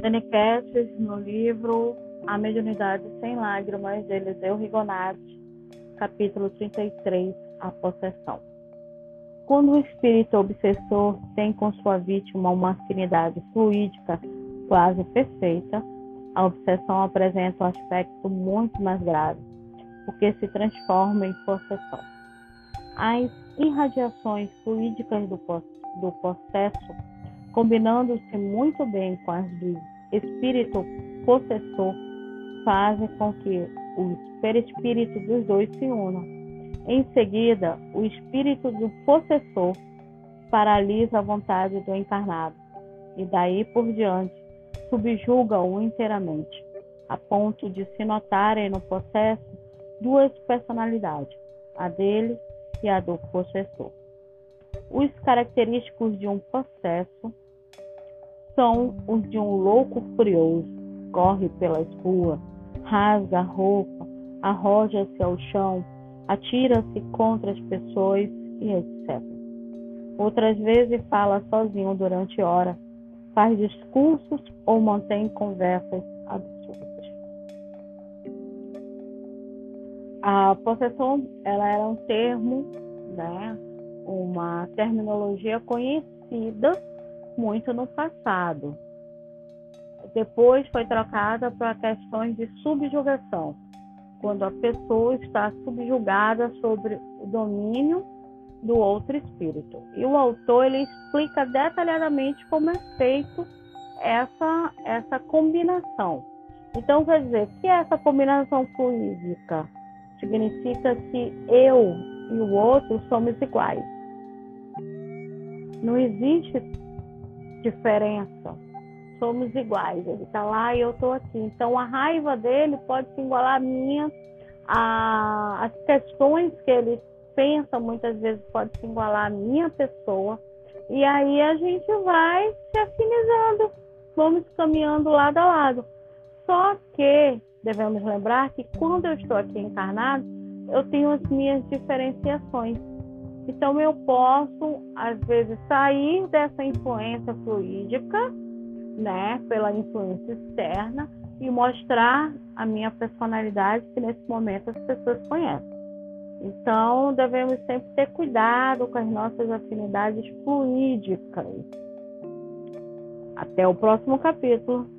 Daniquetes, no livro A Mediunidade Sem Lágrimas, de Eliseu Rigonati, capítulo 33, A Possessão. Quando o espírito obsessor tem com sua vítima uma afinidade fluídica quase perfeita, a obsessão apresenta um aspecto muito mais grave, porque se transforma em possessão. As irradiações fluídicas do possesso, combinando-se muito bem com as do espírito possessor, fazem com que o perispírito dos dois se unam. Em seguida, o espírito do possessor paralisa a vontade do encarnado e daí por diante subjuga-o inteiramente, a ponto de se notarem no possesso duas personalidades, a dele e a do possessor. Os característicos de um possesso são os de um louco furioso, corre pelas ruas, rasga a roupa, arroja-se ao chão, atira-se contra as pessoas e etc. Outras vezes fala sozinho durante horas, faz discursos ou mantém conversas absurdas. A possessão, ela era um termo, uma terminologia conhecida muito no passado. Depois foi trocada para questões de subjugação, quando a pessoa está subjugada sobre o domínio do outro espírito. E o autor ele explica detalhadamente como é feito essa combinação. Então, quer dizer, que essa combinação fluídica significa que eu e o outro somos iguais. Não existe diferença. Somos iguais. Ele está lá e eu estou aqui. Então, a raiva dele pode se igualar à minha. As questões que ele pensa, muitas vezes, pode se igualar à minha pessoa. E aí a gente vai se afinizando. Vamos caminhando lado a lado. Só que devemos lembrar que quando eu estou aqui encarnado, eu tenho as minhas diferenciações. Então, eu posso, às vezes, sair dessa influência fluídica, pela influência externa, e mostrar a minha personalidade, que nesse momento as pessoas conhecem. Então, devemos sempre ter cuidado com as nossas afinidades fluídicas. Até o próximo capítulo.